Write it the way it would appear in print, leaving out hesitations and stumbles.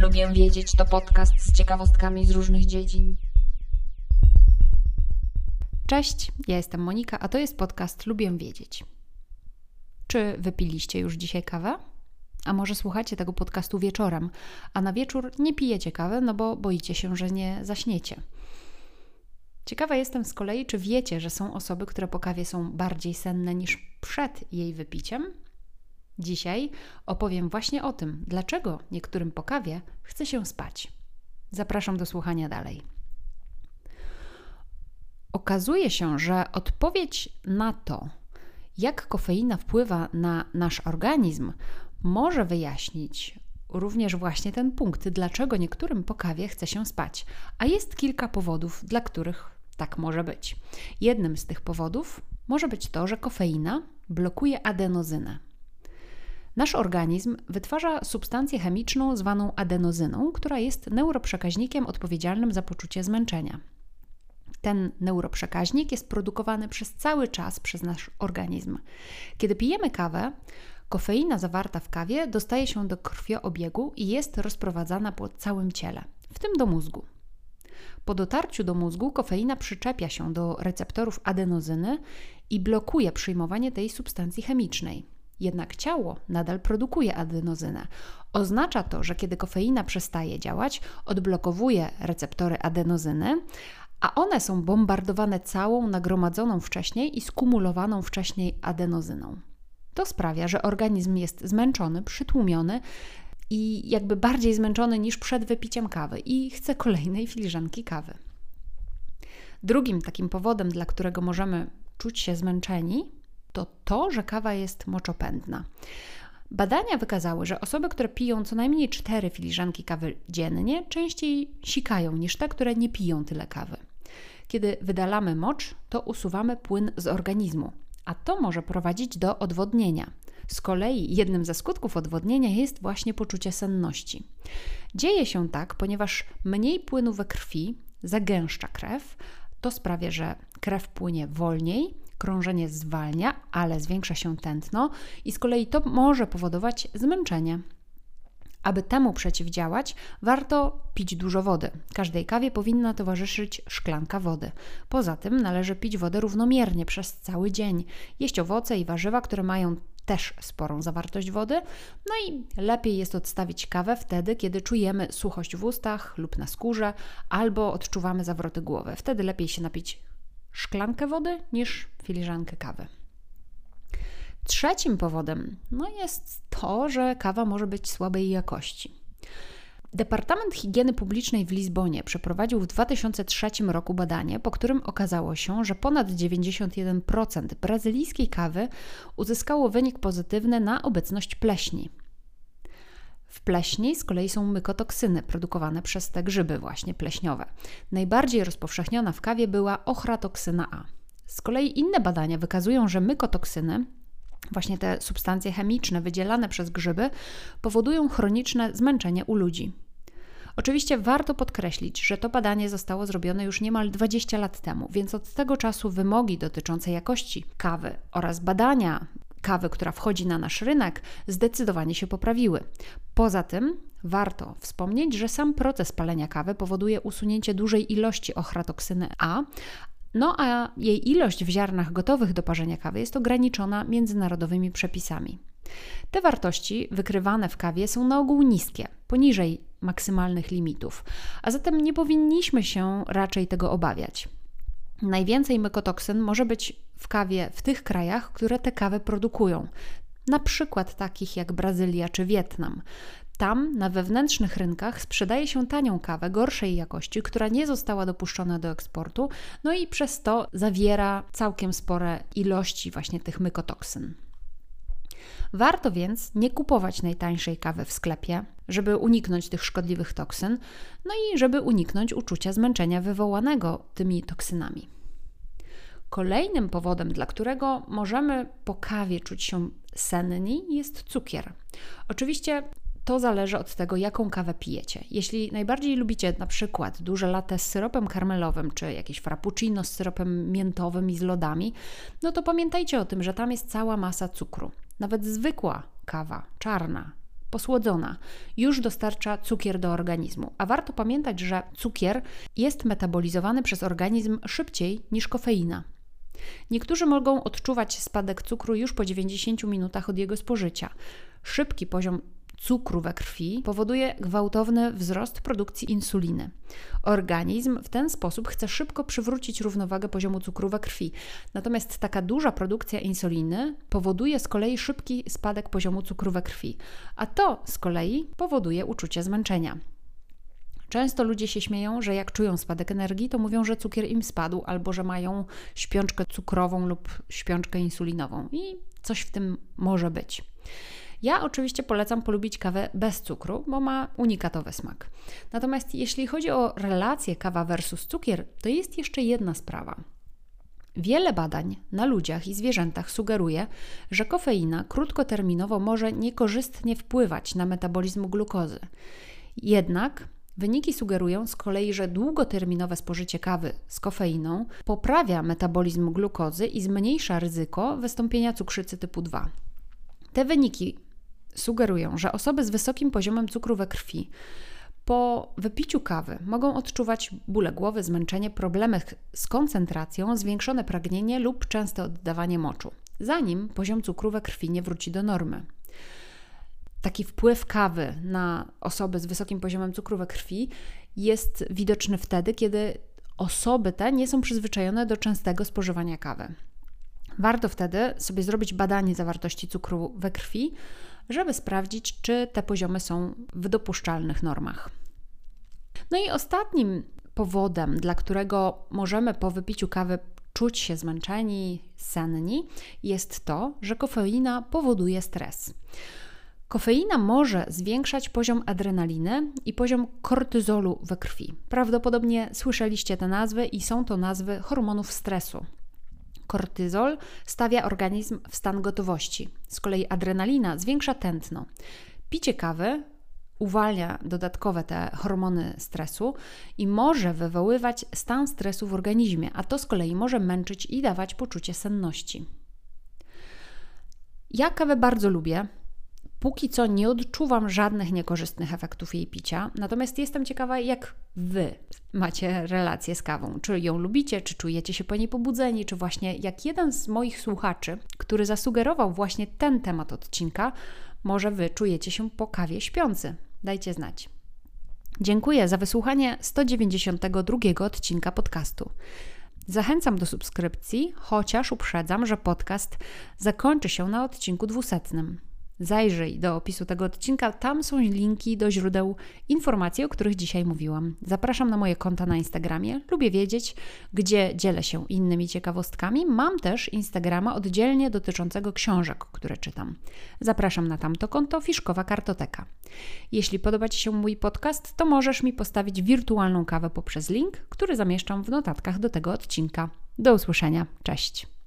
Lubię wiedzieć to podcast z ciekawostkami z różnych dziedzin. Cześć, ja jestem Monika, a to jest podcast Lubię wiedzieć. Czy wypiliście już dzisiaj kawę? A może słuchacie tego podcastu wieczorem, a na wieczór nie pijecie kawy, no bo boicie się, że nie zaśniecie. Ciekawa jestem z kolei, czy wiecie, że są osoby, które po kawie są bardziej senne niż przed jej wypiciem? Dzisiaj opowiem właśnie o tym, dlaczego niektórym po kawie chce się spać. Zapraszam do słuchania dalej. Okazuje się, że odpowiedź na to, jak kofeina wpływa na nasz organizm, może wyjaśnić również właśnie ten punkt, dlaczego niektórym po kawie chce się spać. A jest kilka powodów, dla których tak może być. Jednym z tych powodów może być to, że kofeina blokuje adenozynę. Nasz organizm wytwarza substancję chemiczną zwaną adenozyną, która jest neuroprzekaźnikiem odpowiedzialnym za poczucie zmęczenia. Ten neuroprzekaźnik jest produkowany przez cały czas przez nasz organizm. Kiedy pijemy kawę, kofeina zawarta w kawie dostaje się do krwiobiegu i jest rozprowadzana po całym ciele, w tym do mózgu. Po dotarciu do mózgu kofeina przyczepia się do receptorów adenozyny i blokuje przyjmowanie tej substancji chemicznej. Jednak ciało nadal produkuje adenozynę. Oznacza to, że kiedy kofeina przestaje działać, odblokowuje receptory adenozyny, a one są bombardowane całą nagromadzoną wcześniej i skumulowaną wcześniej adenozyną. To sprawia, że organizm jest zmęczony, przytłumiony i jakby bardziej zmęczony niż przed wypiciem kawy i chce kolejnej filiżanki kawy. Drugim takim powodem, dla którego możemy czuć się zmęczeni, to, że kawa jest moczopędna. Badania wykazały, że osoby, które piją co najmniej 4 filiżanki kawy dziennie, częściej sikają niż te, które nie piją tyle kawy. Kiedy wydalamy mocz, to usuwamy płyn z organizmu, a to może prowadzić do odwodnienia. Z kolei jednym ze skutków odwodnienia jest właśnie poczucie senności. Dzieje się tak, ponieważ mniej płynu we krwi zagęszcza krew, to sprawia, że krew płynie wolniej, krążenie zwalnia, ale zwiększa się tętno i z kolei to może powodować zmęczenie. Aby temu przeciwdziałać, warto pić dużo wody. Każdej kawie powinna towarzyszyć szklanka wody. Poza tym należy pić wodę równomiernie przez cały dzień. Jeść owoce i warzywa, które mają też sporą zawartość wody. No i lepiej jest odstawić kawę wtedy, kiedy czujemy suchość w ustach lub na skórze, albo odczuwamy zawroty głowy. Wtedy lepiej się napić szklankę wody niż filiżankę kawy. Trzecim powodem jest to, że kawa może być słabej jakości. Departament Higieny Publicznej w Lizbonie przeprowadził w 2003 roku badanie, po którym okazało się, że ponad 91% brazylijskiej kawy uzyskało wynik pozytywny na obecność pleśni. W pleśni z kolei są mykotoksyny produkowane przez te grzyby właśnie pleśniowe. Najbardziej rozpowszechniona w kawie była ochratoksyna A. Z kolei inne badania wykazują, że mykotoksyny, właśnie te substancje chemiczne wydzielane przez grzyby, powodują chroniczne zmęczenie u ludzi. Oczywiście warto podkreślić, że to badanie zostało zrobione już niemal 20 lat temu, więc od tego czasu wymogi dotyczące jakości kawy oraz badania kawy, która wchodzi na nasz rynek, zdecydowanie się poprawiły. Poza tym warto wspomnieć, że sam proces palenia kawy powoduje usunięcie dużej ilości ochratoksyny A, a jej ilość w ziarnach gotowych do parzenia kawy jest ograniczona międzynarodowymi przepisami. Te wartości wykrywane w kawie są na ogół niskie, poniżej maksymalnych limitów, a zatem nie powinniśmy się raczej tego obawiać. Najwięcej mykotoksyn może być w kawie w tych krajach, które tę kawę produkują, na przykład takich jak Brazylia czy Wietnam. Tam na wewnętrznych rynkach sprzedaje się tanią kawę gorszej jakości, która nie została dopuszczona do eksportu, i przez to zawiera całkiem spore ilości właśnie tych mykotoksyn. Warto więc nie kupować najtańszej kawy w sklepie, żeby uniknąć tych szkodliwych toksyn, i żeby uniknąć uczucia zmęczenia wywołanego tymi toksynami. Kolejnym powodem, dla którego możemy po kawie czuć się senni, jest cukier. Oczywiście to zależy od tego, jaką kawę pijecie. Jeśli najbardziej lubicie na przykład duże latte z syropem karmelowym, czy jakieś frappuccino z syropem miętowym i z lodami, to pamiętajcie o tym, że tam jest cała masa cukru. Nawet zwykła kawa, czarna, posłodzona, już dostarcza cukier do organizmu. A warto pamiętać, że cukier jest metabolizowany przez organizm szybciej niż kofeina. Niektórzy mogą odczuwać spadek cukru już po 90 minutach od jego spożycia. Szybki poziom cukru we krwi powoduje gwałtowny wzrost produkcji insuliny. Organizm w ten sposób chce szybko przywrócić równowagę poziomu cukru we krwi. Natomiast taka duża produkcja insuliny powoduje z kolei szybki spadek poziomu cukru we krwi, a to z kolei powoduje uczucie zmęczenia. Często ludzie się śmieją, że jak czują spadek energii, to mówią, że cukier im spadł albo że mają śpiączkę cukrową lub śpiączkę insulinową i coś w tym może być. Ja oczywiście polecam polubić kawę bez cukru, bo ma unikatowy smak. Natomiast jeśli chodzi o relację kawa versus cukier, to jest jeszcze jedna sprawa. Wiele badań na ludziach i zwierzętach sugeruje, że kofeina krótkoterminowo może niekorzystnie wpływać na metabolizm glukozy. Jednak wyniki sugerują z kolei, że długoterminowe spożycie kawy z kofeiną poprawia metabolizm glukozy i zmniejsza ryzyko wystąpienia cukrzycy typu 2. Te wyniki sugerują, że osoby z wysokim poziomem cukru we krwi po wypiciu kawy mogą odczuwać bóle głowy, zmęczenie, problemy z koncentracją, zwiększone pragnienie lub częste oddawanie moczu, zanim poziom cukru we krwi nie wróci do normy. Taki wpływ kawy na osoby z wysokim poziomem cukru we krwi jest widoczny wtedy, kiedy osoby te nie są przyzwyczajone do częstego spożywania kawy. Warto wtedy sobie zrobić badanie zawartości cukru we krwi, żeby sprawdzić, czy te poziomy są w dopuszczalnych normach. No i ostatnim powodem, dla którego możemy po wypiciu kawy czuć się zmęczeni, senni, jest to, że kofeina powoduje stres. Kofeina może zwiększać poziom adrenaliny i poziom kortyzolu we krwi. Prawdopodobnie słyszeliście te nazwy i są to nazwy hormonów stresu. Kortyzol stawia organizm w stan gotowości. Z kolei adrenalina zwiększa tętno. Picie kawy uwalnia dodatkowe te hormony stresu i może wywoływać stan stresu w organizmie, a to z kolei może męczyć i dawać poczucie senności. Ja kawę bardzo lubię. Póki co nie odczuwam żadnych niekorzystnych efektów jej picia, natomiast jestem ciekawa, jak Wy macie relację z kawą. Czy ją lubicie, czy czujecie się po niej pobudzeni, czy właśnie jak jeden z moich słuchaczy, który zasugerował właśnie ten temat odcinka, może Wy czujecie się po kawie śpiący. Dajcie znać. Dziękuję za wysłuchanie 192 odcinka podcastu. Zachęcam do subskrypcji, chociaż uprzedzam, że podcast zakończy się na odcinku 200. Zajrzyj do opisu tego odcinka, tam są linki do źródeł informacji, o których dzisiaj mówiłam. Zapraszam na moje konta na Instagramie, lubię wiedzieć, gdzie dzielę się innymi ciekawostkami. Mam też Instagrama oddzielnie dotyczącego książek, które czytam. Zapraszam na tamto konto Fiszkowa Kartoteka. Jeśli podoba Ci się mój podcast, to możesz mi postawić wirtualną kawę poprzez link, który zamieszczam w notatkach do tego odcinka. Do usłyszenia, cześć!